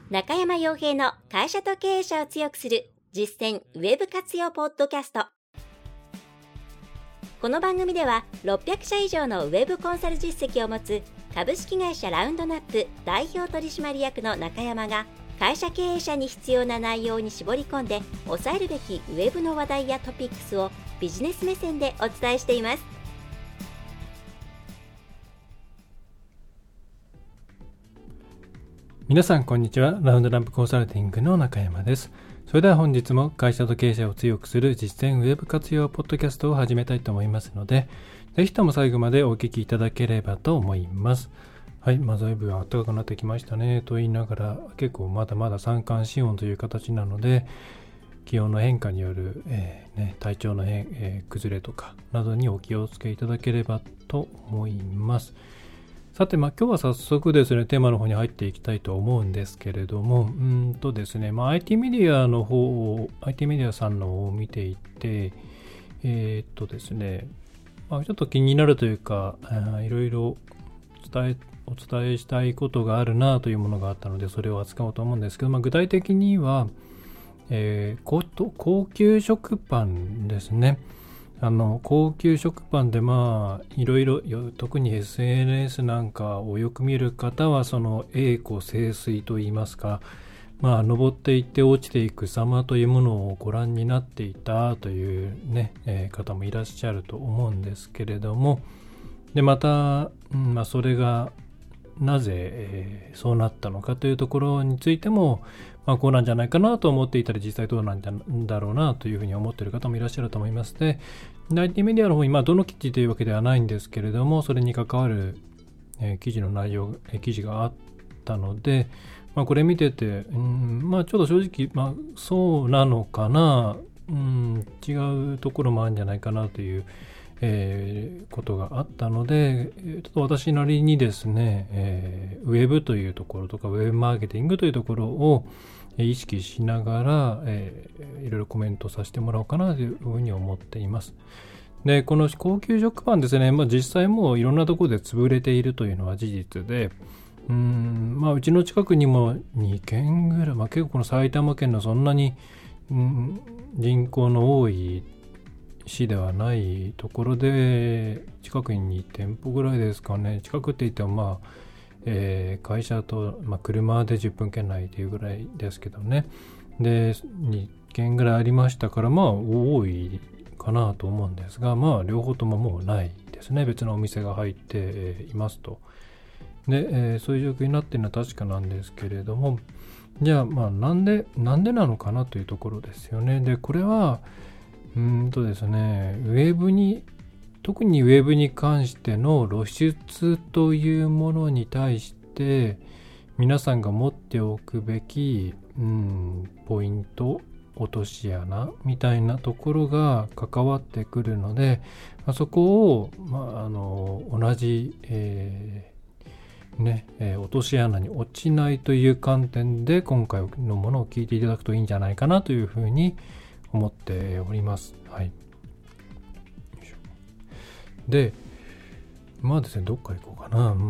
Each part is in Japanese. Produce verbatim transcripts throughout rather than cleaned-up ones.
中山洋平の会社と経営者を強くする実践ウェブ活用ポッドキャスト。この番組ではろっぴゃくしゃ以上のウェブコンサル実績を持つ株式会社ラウンドナップ代表取締役の中山が会社経営者に必要な内容に絞り込んで押さえるべきウェブの話題やトピックスをビジネス目線でお伝えしています。 皆さんこんにちは。ラウンドナップコンサルティングの中山です。それでは本日も会社と経営者を強くする実践ウェブ活用ポッドキャストを始めたいと思いますので、ぜひとも最後までお聞きいただければと思います。はい、まあ、だいぶ暖かくなってきましたねと言いながら、結構まだまだ三寒四温という形なので、気温の変化による、えーね、体調の変、えー、崩れとかなどにお気をつけいただければと思います。さて、まあ、今日は早速ですね、テーマの方に入っていきたいと思うんですけれども、うんとですね、まあ、アイティー メディアの方を、アイティー メディアさんの方を見ていて、えー、っとですね、まあ、ちょっと気になるというか、いろいろ伝え、お伝えしたいことがあるなというものがあったので、それを扱おうと思うんですけど、まあ、具体的には、えー、高, 高級食パンですね。あの高級食パンでまあいろいろ特に エスエヌエス なんかをよく見る方はその栄枯盛衰といいますか、まあ登っていって落ちていく様というものをご覧になっていたというね、えー、方もいらっしゃると思うんですけれども、でまた、うんまあ、それがなぜ、えー、そうなったのかというところについても、まあ、こうなんじゃないかなと思っていたり、実際どうなんだろうなというふうに思っている方もいらっしゃると思いますね。アイティー メディアの方に、まあ、どの記事というわけではないんですけれども、それに関わる、えー、記事の内容、えー、記事があったので、まあ、これ見てて、うんまあ、ちょっと正直、まあ、そうなのかな、うん、違うところもあるんじゃないかなという、えー、ことがあったので、ちょっと私なりにですね、えー、ウェブというところとか、ウェブマーケティングというところを意識しながら、えー、いろいろコメントさせてもらおうかなというふうに思っています。で、この高級食パンですね、まあ、実際もういろんなところで潰れているというのは事実で、うーん、まあ、うちの近くにもにけんぐらい、まあ、結構この埼玉県のそんなに、うん、人口の多い市ではないところで、近くにに店舗ぐらいですかね。近くって言ってもまあ、えー、会社と、まあ、車でじゅっぷん圏内というぐらいですけどね。で、にけんぐらいありましたから、まあ多いかなと思うんですが、まあ両方とももうないですね。別のお店が入っていますと。で、えー、そういう状況になっているのは確かなんですけれども、じゃあまあなんで、なんでなのかなというところですよね。で、これは、うーんとですね、ウェブに、特にウェブに関しての露出というものに対して皆さんが持っておくべき、うん、ポイント、落とし穴みたいなところが関わってくるので、あそこを、まあ、あの同じ、えーねえー、落とし穴に落ちないという観点で今回のものを聞いていただくといいんじゃないかなというふうに思っております。はい。で、まあですね、どっから行こうかな。うん、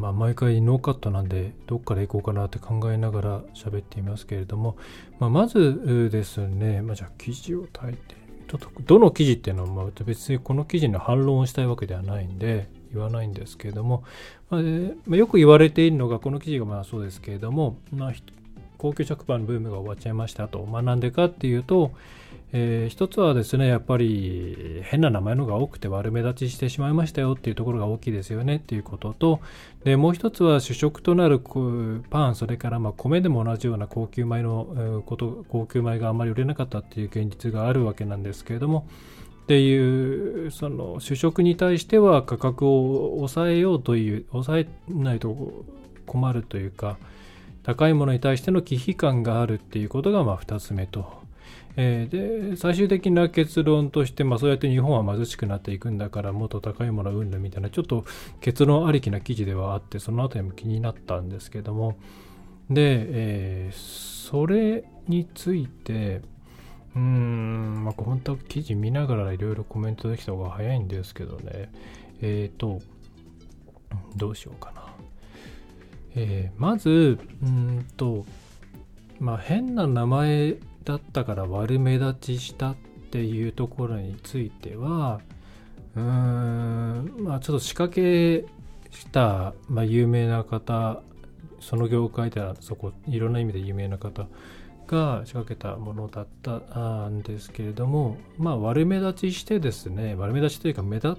まあ、毎回ノーカットなんで、どっから行こうかなって考えながら喋っていますけれども、まあ、まずですね、まあ、じゃあ記事を書いて、ちょっとどの記事っていうのは、まあ、別にこの記事の反論をしたいわけではないんで、言わないんですけれども、まあえー、よく言われているのが、この記事がまあそうですけれども、まあ、高級食パンのブームが終わっちゃいましたと。まあ、なんでかっていうと、えー、一つはですね、やっぱり変な名前のが多くて悪目立ちしてしまいましたよっていうところが大きいですよねっていうことと、でもう一つは主食となるパン、それからまあ米でも同じような高級米のこと、高級米があまり売れなかったっていう現実があるわけなんですけれども、っていうその主食に対しては価格を抑えようという、抑えないと困るというか、高いものに対しての忌避感があるっていうことがまあ二つ目と。えー、で最終的な結論として、まあ、そうやって日本は貧しくなっていくんだからもっと高いものをうんぬみたいなちょっと結論ありきな記事ではあって、そのあたりも気になったんですけども、で、えー、それについてうーん、まあ、本当は記事見ながらいろいろコメントできた方が早いんですけどね、えっとどうしようかな。えー、まずうーんとまあ変な名前だったから悪目立ちしたっていうところについては、うーんまあちょっと仕掛けした、まあ、有名な方、その業界ではそこいろんな意味で有名な方が仕掛けたものだったんですけれども、まあ悪目立ちしてですね、悪目立ちというか目立って、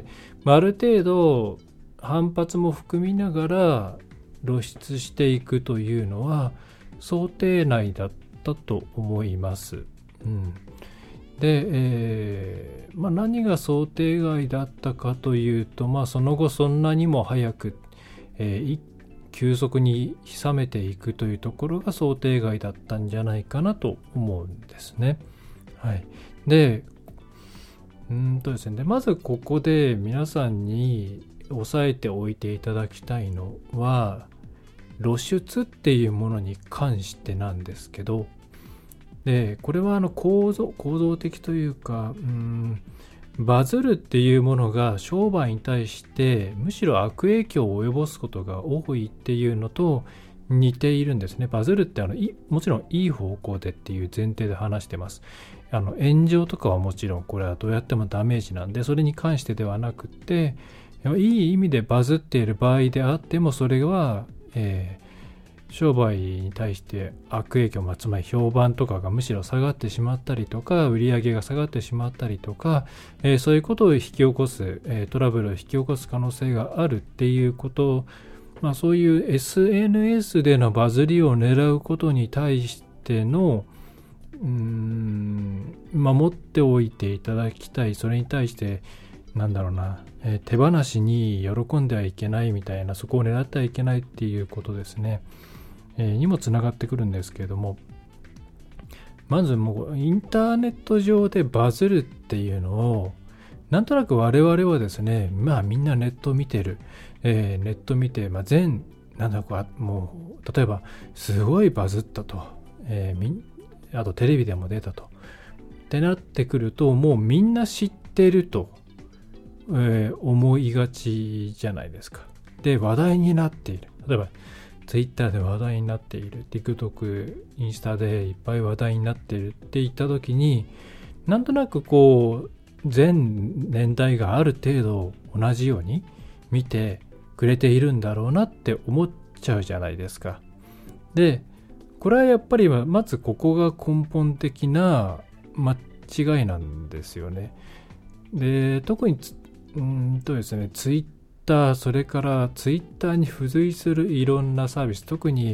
まあ、ある程度反発も含みながら露出していくというのは想定内だったと思います。うん、で、えーまあ、何が想定外だったかというと、まあ、その後そんなにも早く、えー、急速に冷めていくというところが想定外だったんじゃないかなと思うんですね。はい、で、うんとですね、でまずここで皆さんに押さえておいていただきたいのは、露出っていうものに関してなんですけど、でこれはあの構造構造的というか、うーんバズるっていうものが商売に対してむしろ悪影響を及ぼすことが多いっていうのと似ているんですね。バズるってあのいもちろんいい方向でっていう前提で話してます。あの炎上とかはもちろんこれはどうやってもダメージなんで、それに関してではなくて、いい意味でバズっている場合であってもそれは、えー商売に対して悪影響、まあ、つまり評判とかがむしろ下がってしまったりとか、売り上げが下がってしまったりとか、えー、そういうことを引き起こす、えー、トラブルを引き起こす可能性があるっていうこと、まあ、そういう エスエヌエス でのバズりを狙うことに対してのうーん守っておいていただきたい、それに対してなんだろうな、えー、手放しに喜んではいけないみたいな、そこを狙ってはいけないっていうことですね。にもつながってくるんですけれども、まずもうインターネット上でバズるっていうのをなんとなく我々はですね、まあみんなネット見てる、えー、ネット見て、まあ、全なんだかもう例えばすごいバズったと、えー、みあとテレビでも出たとってなってくると、もうみんな知ってると、えー、思いがちじゃないですか。で話題になっている、例えばツイッターで話題になっている、TikTok、インスタでいっぱい話題になっているって言った時に、なんとなくこう全年代がある程度同じように見てくれているんだろうなって思っちゃうじゃないですか。で、これはやっぱりまずここが根本的な間違いなんですよね。で、特につうんとですね、ツイッターそれからツイッターに付随するいろんなサービス、特に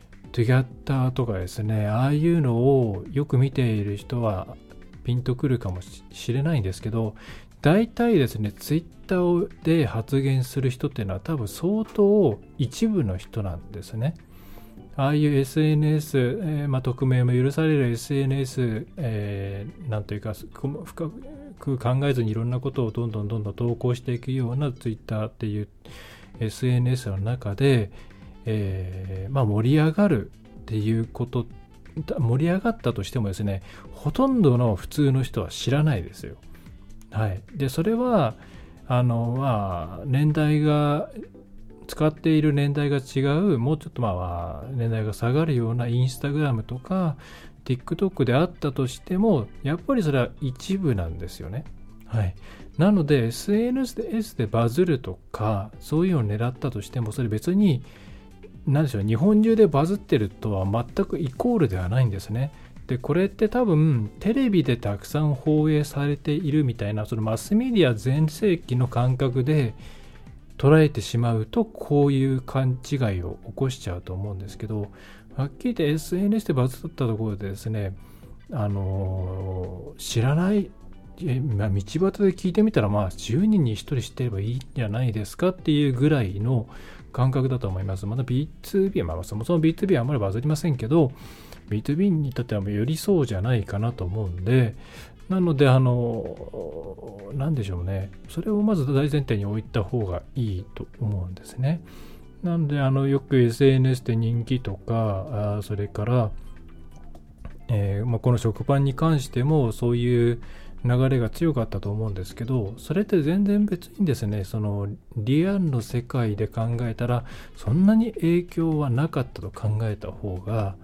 Twitter とかですね、ああいうのをよく見ている人はピンとくるかもしれないんですけど、大体ですね、ツイッターで発言する人っていうのは多分相当一部の人なんですね。ああいう エスエヌエス、えーまあ、匿名も許される エスエヌエス、えー、なんというか深く考えずにいろんなことをどんどんどんどん投稿していくようなツイッターっていう エスエヌエス の中で、えーまあ、盛り上がるっていうこと、盛り上がったとしてもですね、ほとんどの普通の人は知らないですよ。はい。で、それはあのまあ年代が使っている年代が違う、もうちょっとまあ年代が下がるようなインスタグラムとか TikTok であったとしても、やっぱりそれは一部なんですよね。はい。なので エスエヌエス でバズるとかそういうのを狙ったとしても、それ別に何でしょう、日本中でバズってるとは全くイコールではないんですね。で、これって多分テレビでたくさん放映されているみたいな、そのマスメディア全盛期の感覚で捉えてしまうと、こういう勘違いを起こしちゃうと思うんですけど、はっきり言って エスエヌエス でバズったところでですね、あのー、知らない、えまあ、道端で聞いてみたら、まあじゅうにんにひとり知ってればいいんじゃないですかっていうぐらいの感覚だと思います。また ビーツービー、まあそもそも ビーツービー はあんまりバズりませんけど、ビーツービー にとってはよりそうじゃないかなと思うんで、なので、あの、なんでしょうね。それをまず大前提に置いた方がいいと思うんですね。なので、あの、よく エスエヌエス で人気とか、あそれから、えーまあ、この食パンに関してもそういう流れが強かったと思うんですけど、それって全然別にですね、そのリアルの世界で考えたら、そんなに影響はなかったと考えた方が、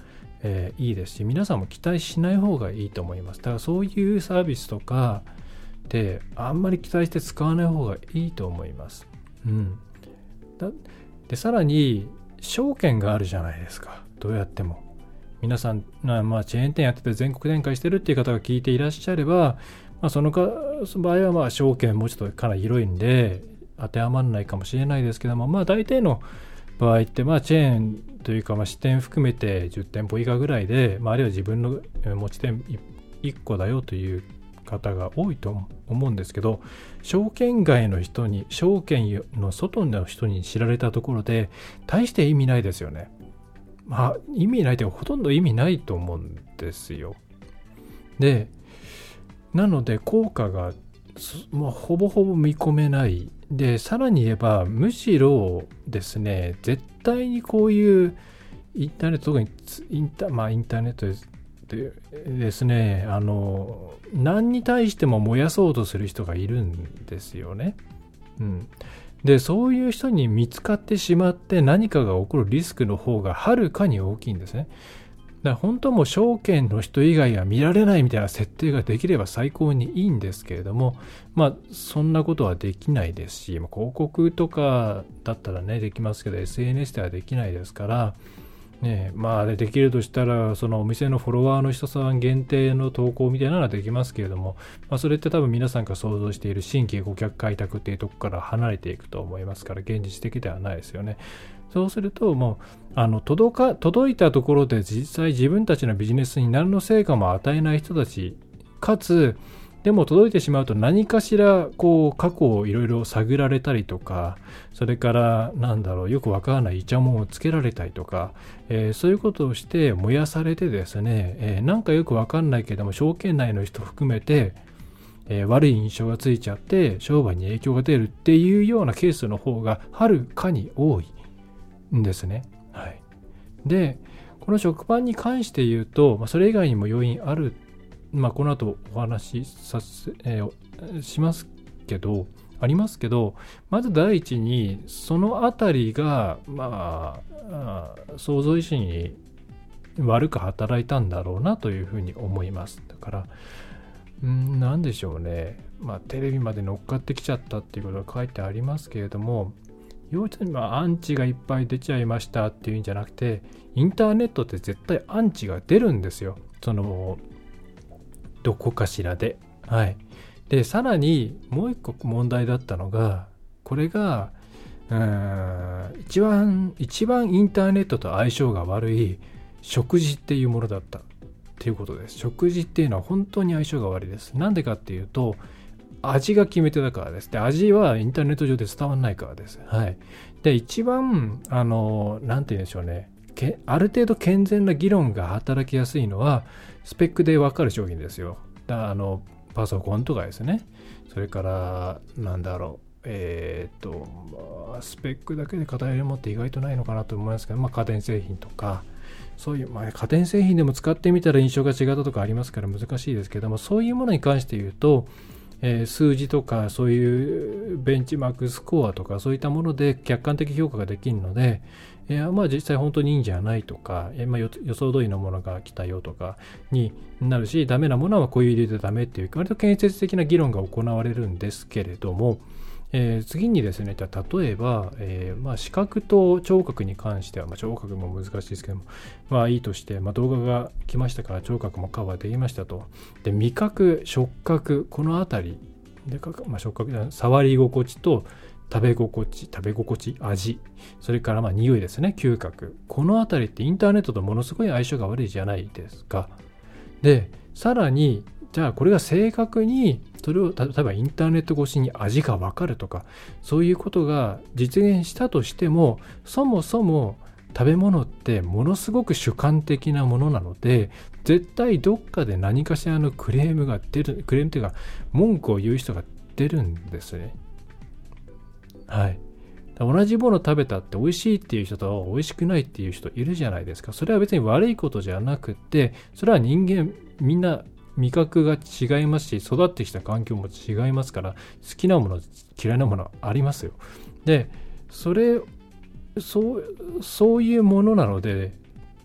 えー、いいですし、皆さんも期待しない方がいいと思います。だからそういうサービスとかであんまり期待して使わない方がいいと思います。うん。だでさらに証券があるじゃないですか。どうやっても皆さん、まあ、チェーン店やってて全国展開してるっていう方が聞いていらっしゃれば、まあ、そのかその場合はまあ証券もうちょっとかなり広いんで当てはまらないかもしれないですけども、まあ大抵の場合ってまあチェーンというかまあ支店含めてじゅってんぽ以下ぐらいで、まあ、あるいは自分の持ち店いっこだよという方が多いと思うんですけど、証券外の人に証券の外の人に知られたところで大して意味ないですよね。まあ意味ないというかほとんど意味ないと思うんですよ。でなので効果が、まあ、ほぼほぼ見込めない。でさらに言えばむしろですね、絶対にこういうインターネット、特にインタ、まあ、インターネットですでですね、あの何に対しても燃やそうとする人がいるんですよね。うん、でそういう人に見つかってしまって何かが起こるリスクの方がはるかに大きいんですね。だから本当も証券の人以外は見られないみたいな設定ができれば最高にいいんですけれども、まあそんなことはできないですし、広告とかだったらねできますけど エスエヌエス ではできないですからね。まあできるとしたらそのお店のフォロワーの人さん限定の投稿みたいなのはできますけれども、まあ、それって多分皆さんが想像している新規顧客開拓っていうところから離れていくと思いますから現実的ではないですよね。そうするともうあの 届か、届いたところで実際自分たちのビジネスに何の成果も与えない人たち、かつでも届いてしまうと何かしらこう過去をいろいろ探られたりとか、それからなんだろうよくわからないイチャモンをつけられたりとか、えー、そういうことをして燃やされてですね、えー、なんかよくわかんないけども証券内の人含めて、えー、悪い印象がついちゃって商売に影響が出るっていうようなケースの方がはるかに多いんですね。はい。で、この食パンに関して言うと、まあ、それ以外にも要因ある。まあ、この後お話しさせ、えー、しますけど、ありますけど、まず第一に、そのあたりが、まあ、想像以上に悪く働いたんだろうなというふうに思います。だから、んなんでしょうね。まあ、テレビまで乗っかってきちゃったっていうことが書いてありますけれども、要するにアンチがいっぱい出ちゃいましたっていうんじゃなくて、インターネットって絶対アンチが出るんですよ。その、どこかしらで。はい。で、さらにもう一個問題だったのが、これが、うーん、一番、一番インターネットと相性が悪い食事っていうものだったっていうことです。食事っていうのは本当に相性が悪いです。なんでかっていうと、味が決め手だからです。で、味はインターネット上で伝わらないからです。はい。で、一番、あの、なんて言うんでしょうね。けある程度健全な議論が働きやすいのは、スペックで分かる商品ですよ。だあのパソコンとかですね。それからなんだろう、えー、っと、まあ、スペックだけで語れるものって意外とないのかなと思いますけど、まあ、家電製品とかそういう、まあ、家電製品でも使ってみたら印象が違ったとかありますから難しいですけども、そういうものに関して言うと、えー、数字とかそういうベンチマークスコアとかそういったもので客観的評価ができるので、えー、まあ実際本当にいいんじゃないとか、えーまあ、予想通りのものが来たよとかになるし、ダメなものはこういう理由でダメっていう割と建設的な議論が行われるんですけれども、えー、次にですね、じゃあ例えば、えーまあ、視覚と聴覚に関しては、まあ、聴覚も難しいですけども、まあいいとして、まあ、動画が来ましたから聴覚もカバーできましたと。で、味覚、触覚、このあたりで、まあ、触覚、触り心地と食べ心地、食べ心地、味、それからまあ匂いですね、嗅覚。このあたりってインターネットとものすごい相性が悪いじゃないですか。で、さらに、じゃあこれが正確にそれを例えばインターネット越しに味が分かるとかそういうことが実現したとしても、そもそも食べ物ってものすごく主観的なものなので、絶対どっかで何かしらのクレームが出る、クレームというか文句を言う人が出るんですね。はい。同じもの食べたって美味しいっていう人と美味しくないっていう人いるじゃないですか。それは別に悪いことじゃなくて、それは人間みんな味覚が違いますし、育ってきた環境も違いますから、好きなもの嫌いなものありますよ。で、それそうそういうものなので、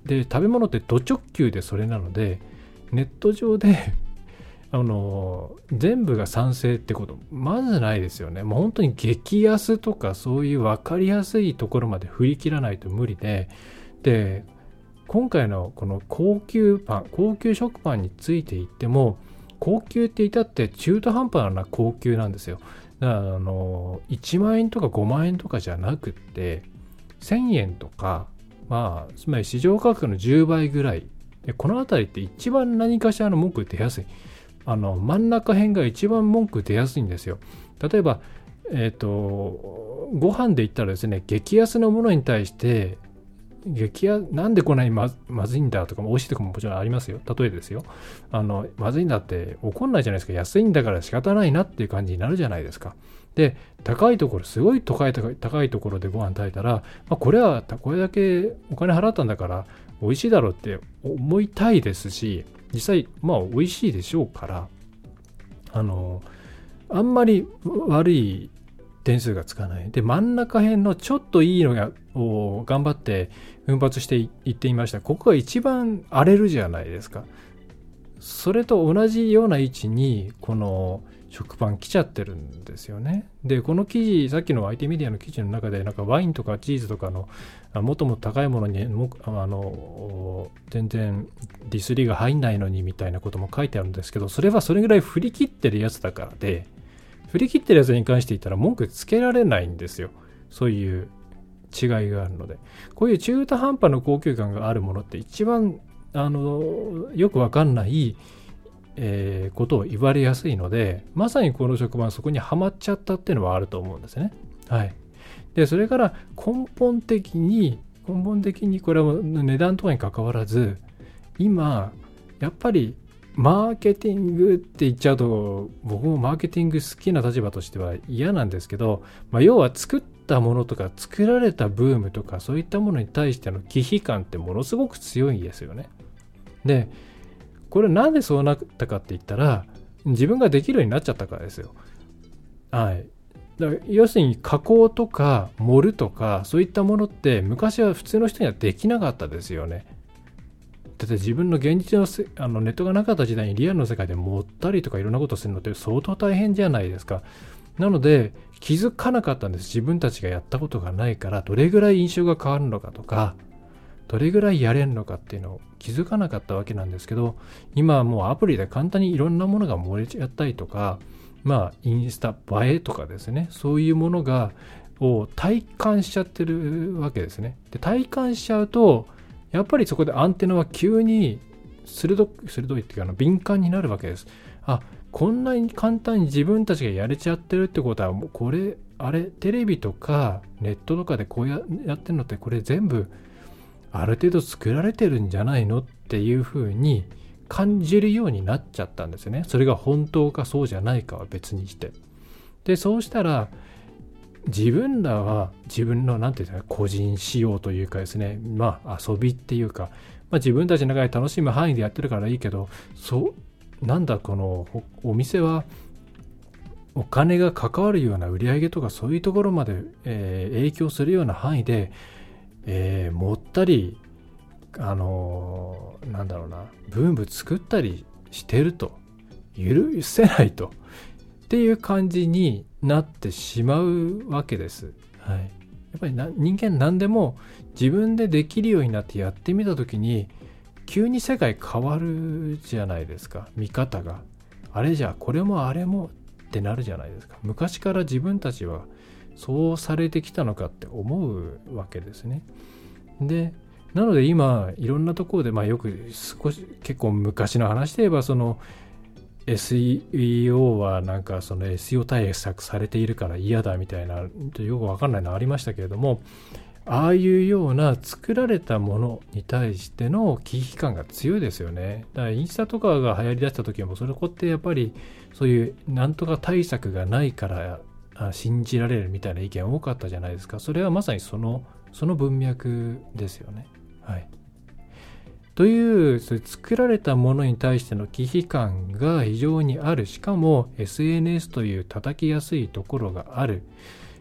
で食べ物ってド直球でそれなので、ネット上であの全部が賛成ってことまずないですよね。もう本当に激安とかそういう分かりやすいところまで振り切らないと無理で、で今回のこの高級パン、高級食パンについて言っても、高級って言ったって中途半端な高級なんですよ。だからあのいちまんえんとかごまんえんとかじゃなくってせんえんとか、まあつまり市場価格のじゅうばいぐらいで、このあたりって一番何かしらの文句出やすい。あの真ん中辺が一番文句出やすいんですよ。例えば、えっと、ご飯で言ったらですね、激安のものに対して、激安、なんでこんなに ま, まずいんだとか、美味しいとかももちろんありますよ。例えですよ。あの、まずいんだって怒んないじゃないですか。安いんだから仕方ないなっていう感じになるじゃないですか。で、高いところ、すごい高い高い高いところでご飯食べたら、まあ、これはこれだけお金払ったんだから美味しいだろうって思いたいですし、実際まあ美味しいでしょうから、あのあんまり悪い点数がつかない。で、真ん中辺のちょっといいのがを頑張って奮発していっていました。ここが一番荒れるじゃないですか。それと同じような位置にこの食パン来ちゃってるんですよね。で、この記事、さっきの アイティー メディアの記事の中で、なんかワインとかチーズとかのもっともっと高いものにもあの全然ディスりが入んないのにみたいなことも書いてあるんですけど、それはそれぐらい振り切ってるやつだからで、振り切ってるやつに関して言ったら文句つけられないんですよ。そういう違いがあるので、こういう中途半端な高級感があるものって一番あのよくわかんないえー、ことを言われやすいので、まさにこの職場はそこにはまっちゃったっていうのはあると思うんですね。はい。で、それから根本的に、根本的にこれは値段とかに関わらず、今、やっぱりマーケティングって言っちゃうと、僕もマーケティング好きな立場としては嫌なんですけど、まあ、要は作ったものとか作られたブームとかそういったものに対しての忌避感ってものすごく強いんですよね。で、これなんでそうなったかって言ったら、自分ができるようになっちゃったからですよ。はい。だから要するに加工とか盛るとかそういったものって昔は普通の人にはできなかったですよね。だって自分の現実のせあのネットがなかった時代にリアルの世界で盛ったりとかいろんなことするのって相当大変じゃないですか。なので気づかなかったんです。自分たちがやったことがないからどれぐらい印象が変わるのかとか、どれぐらいやれんのかっていうのを気づかなかったわけなんですけど、今はもうアプリで簡単にいろんなものが盛れちゃったりとか、まあインスタ映えとかですね、そういうものがを体感しちゃってるわけですね。で、体感しちゃうとやっぱりそこでアンテナは急に鋭く鋭いっていうか敏感になるわけです。あ、こんなに簡単に自分たちがやれちゃってるってことは、もうこれあれテレビとかネットとかでこう や, やってるのってこれ全部ある程度作られてるんじゃないのっていう風に感じるようになっちゃったんですよね。それが本当かそうじゃないかは別にして。で、そうしたら自分らは自分のなんていうんですか、個人仕様というかですね、まあ遊びっていうか、まあ、自分たちの中で楽しむ範囲でやってるからいいけど、そうなんだこのお店はお金が関わるような売り上げとかそういうところまで、えー、影響するような範囲でえー、盛ったり、あのー、なんだろうな、ブーム作ったりしてると、許せないと、っていう感じになってしまうわけです。はい。やっぱりな人間何でも自分でできるようになってやってみたときに、急に世界変わるじゃないですか、見方が。あれじゃ、これもあれもってなるじゃないですか。昔から自分たちはそうされてきたのかって思うわけですね。で、なので今いろんなところで、まあよく少し結構昔の話で言えば、その エスイーオー はなんかその エスイーオー 対策されているから嫌だみたいな、よくわかんないのありましたけれども、ああいうような作られたものに対しての危機感が強いですよね。だからインスタとかが流行りだした時も、それこってやっぱりそういうなんとか対策がないから信じられるみたいな意見多かったじゃないですか。それはまさにそのその文脈ですよね。はい。という、それ作られたものに対しての忌避感が非常にある。しかも エスエヌエス という叩きやすいところがある。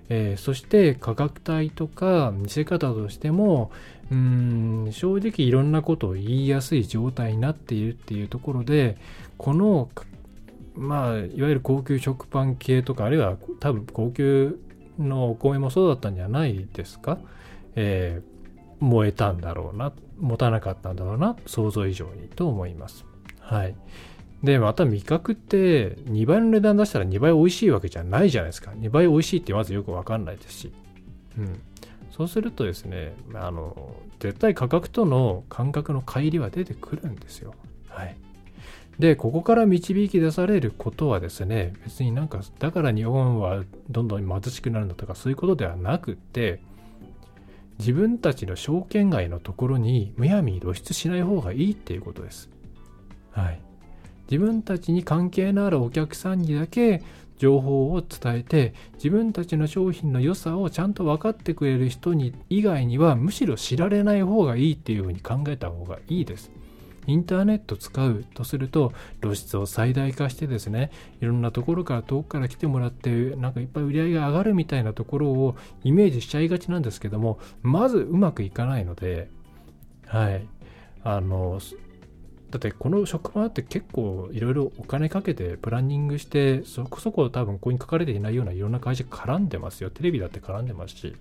えー、そして価格帯とか見せ方としてもうーん正直いろんなことを言いやすい状態になっているっていうところで、このまあいわゆる高級食パン系とか、あるいは多分高級のお米もそうだったんじゃないですか、えー、燃えたんだろうな、持たなかったんだろうな、想像以上にと思います。はい。でまた味覚ってにばいの値段出したらにばい美味しいわけじゃないじゃないですか。にばい美味しいってまずよく分かんないですし、うん、そうするとですね、あの絶対価格との感覚の乖離は出てくるんですよ。はい。でここから導き出されることはですね、別になんかだから日本はどんどん貧しくなるんだとかそういうことではなくって、自分たちの証券外のところにむやみに露出しない方がいいっていうことです。はい。自分たちに関係のあるお客さんにだけ情報を伝えて、自分たちの商品の良さをちゃんと分かってくれる人に以外にはむしろ知られない方がいいっていうふうに考えた方がいいです。インターネット使うとすると露出を最大化してですね、いろんなところから遠くから来てもらってなんかいっぱい売り上げが上がるみたいなところをイメージしちゃいがちなんですけども、まずうまくいかないので、はいあのだってこの職場って結構いろいろお金かけてプランニングして、そこそこ多分ここに書かれていないようないろんな会社絡んでますよ。テレビだって絡んでますし、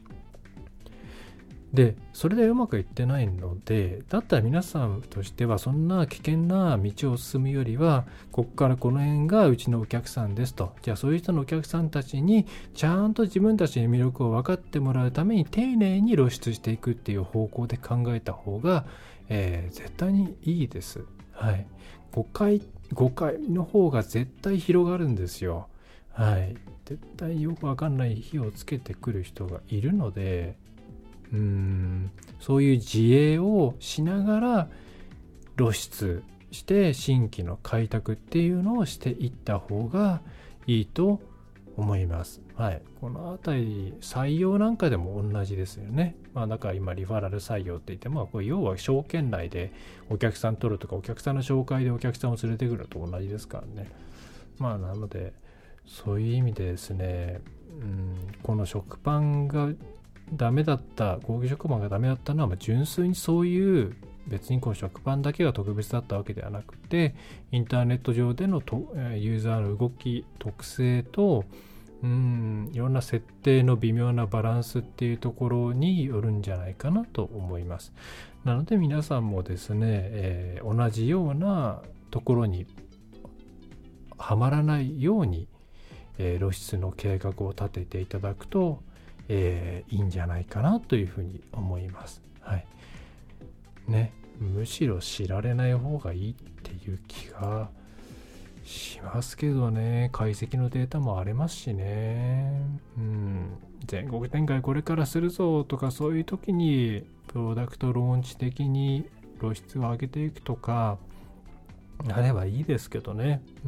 でそれでうまくいってないので、だったら皆さんとしてはそんな危険な道を進むよりは、ここからこの辺がうちのお客さんですと、じゃあそういう人のお客さんたちにちゃんと自分たちの魅力を分かってもらうために丁寧に露出していくっていう方向で考えた方がえー、絶対にいいです。はい。誤解、誤解の方が絶対広がるんですよ。はい。絶対よくわかんない火をつけてくる人がいるので、うーん、そういう自衛をしながら露出して新規の開拓っていうのをしていった方がいいと思います。はい。このあたり、採用なんかでも同じですよね。まあ、だから今、リファラル採用って言って、まあ、これ要は証券内でお客さん取るとか、お客さんの紹介でお客さんを連れてくると同じですからね。まあ、なので、そういう意味でですね、うん、この食パンがダメだった、高級食パンがダメだったのは、まあ、純粋にそういう、別にこの食パンだけが特別だったわけではなくて、インターネット上でのとユーザーの動き、特性と、うん、いろんな設定の微妙なバランスっていうところによるんじゃないかなと思います。なので皆さんもですね、えー、同じようなところにはまらないように、えー、露出の計画を立てていただくと、えー、いいんじゃないかなというふうに思います。はい。ね、むしろ知られない方がいいっていう気がしますけどね。解析のデータもありますしね。うん。全国展開これからするぞとか、そういう時にプロダクトローンチ的に露出を上げていくとかあればいいですけどね。うん。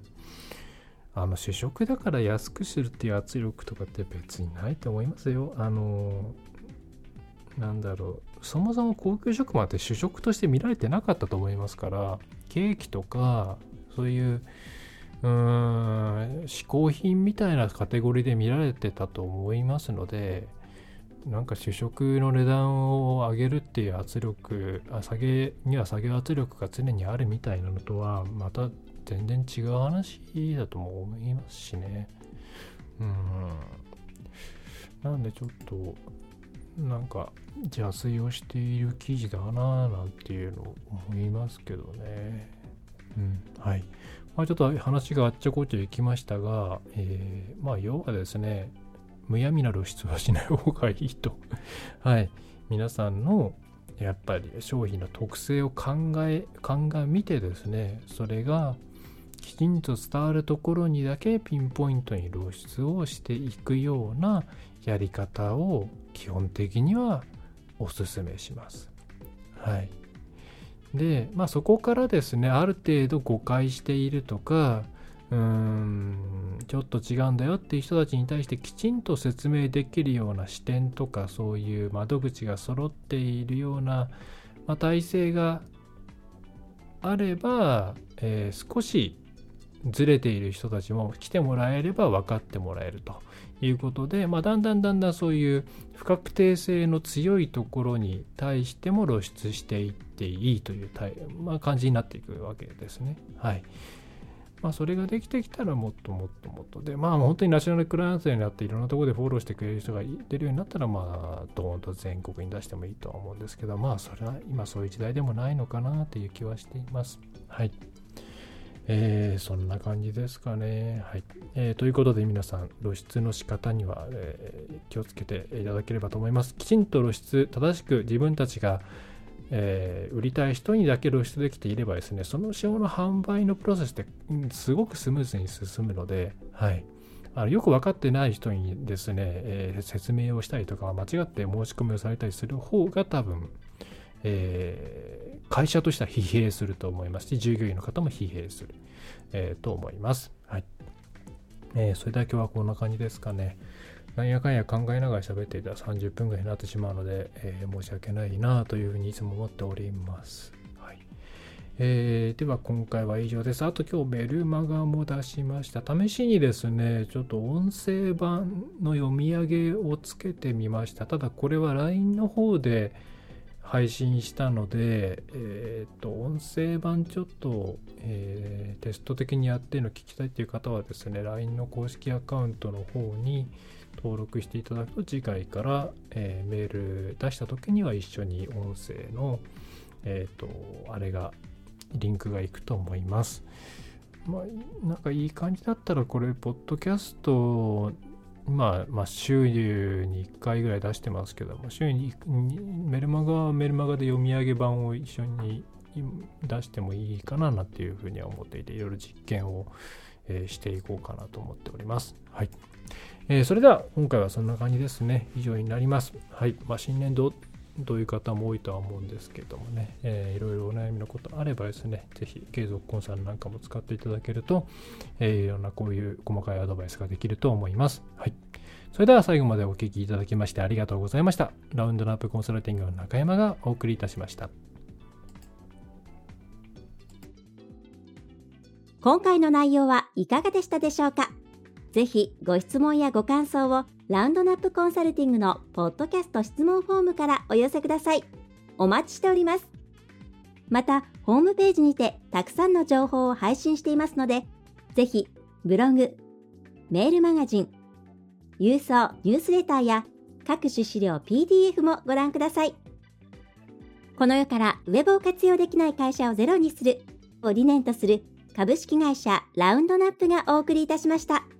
あの主食だから安くするっていう圧力とかって別にないと思いますよ。あのなんだろう、そもそも高級食パンって主食として見られてなかったと思いますから、ケーキとかそういううーん嗜好品みたいなカテゴリーで見られてたと思いますので、なんか主食の値段を上げるっていう圧力、あ下げには下げ圧力が常にあるみたいなのとはまた全然違う話だとも思いますしね。うん。なんでちょっとなんか邪推をしている記事だなぁなんていうのを思いますけどね。うん、はい。まあ、ちょっと話があっちゃこっちゃいきましたが、えー、まあ要はですね、むやみな露出はしない方がいいと。はい。皆さんのやっぱり商品の特性を考え、鑑みてですね、それがきちんと伝わるところにだけピンポイントに露出をしていくようなやり方を基本的にはお勧めします。はい。で、まあそこからですね、ある程度誤解しているとか、うーん、ちょっと違うんだよっていう人たちに対してきちんと説明できるような視点とか、そういう窓口が揃っているような、まあ、体制があれば、えー、少しずれている人たちも来てもらえれば分かってもらえるということで、まあ、だんだんだんだんそういう不確定性の強いところに対しても露出していっていいという、まあ、感じになっていくわけですね。はい。まあ、それができてきたらもっともっともっとで、まあ本当にナショナルクライアントになっていろんなところでフォローしてくれる人が出るようになったら、まあドーンと全国に出してもいいとは思うんですけど、まあそれは今そういう時代でもないのかなという気はしています。はい。えー、そんな感じですかね。はい。えー、ということで皆さん露出の仕方には、えー、気をつけていただければと思います。きちんと露出、正しく自分たちがえー、売りたい人にだけ露出できていればですね、その仕様の販売のプロセスってすごくスムーズに進むので、はい、あのよく分かってない人にですね、えー、説明をしたりとか間違って申し込みをされたりする方が多分、えー、会社としては疲弊すると思いますし、従業員の方も疲弊する、えー、と思います。はい。えー、それでは今日はこんな感じですかね。なんやかんや考えながら喋っていたらさんじゅっぷんぐらいになってしまうので、えー、申し訳ないなというふうにいつも思っております。はい。えー、では今回は以上です。あと今日メルマガも出しました。試しにですね、ちょっと音声版の読み上げをつけてみました。ただこれは ライン の方で配信したので、えー、と音声版ちょっと、えー、テスト的にやってるの聞きたいという方はですね、ライン の公式アカウントの方に登録していただくと次回から、えー、メール出した時には一緒に音声の、えー、とあれがリンクがいくと思います。まあなんかいい感じだったらこれポッドキャストまあ、まあ週にいっかいぐらい出してますけども、週にメルマガはメルマガで読み上げ版を一緒に出してもいいかななんていうふうには思っていて、いろいろ実験を、えー、していこうかなと思っております。はい。えー、それでは今回はそんな感じですね。以上になります。はい。まあ、新年度という方も多いとは思うんですけどもね、えー、いろいろお悩みのことあればですね、ぜひ継続コンサルなんかも使っていただけると、えー、いろんなこういう細かいアドバイスができると思います。はい。それでは最後までお聞きいただきましてありがとうございました。ラウンドナップコンサルティングの中山がお送りいたしました。 今回の内容はいかがでしたでしょうか。ぜひご質問やご感想をラウンドナップコンサルティングのポッドキャスト質問フォームからお寄せください。お待ちしております。また、ホームページにてたくさんの情報を配信していますので、ぜひブログ、メールマガジン、郵送ニュースレターや各種資料 ピーディーエフ もご覧ください。この世からウェブを活用できない会社をゼロにするを理念とする株式会社ラウンドナップがお送りいたしました。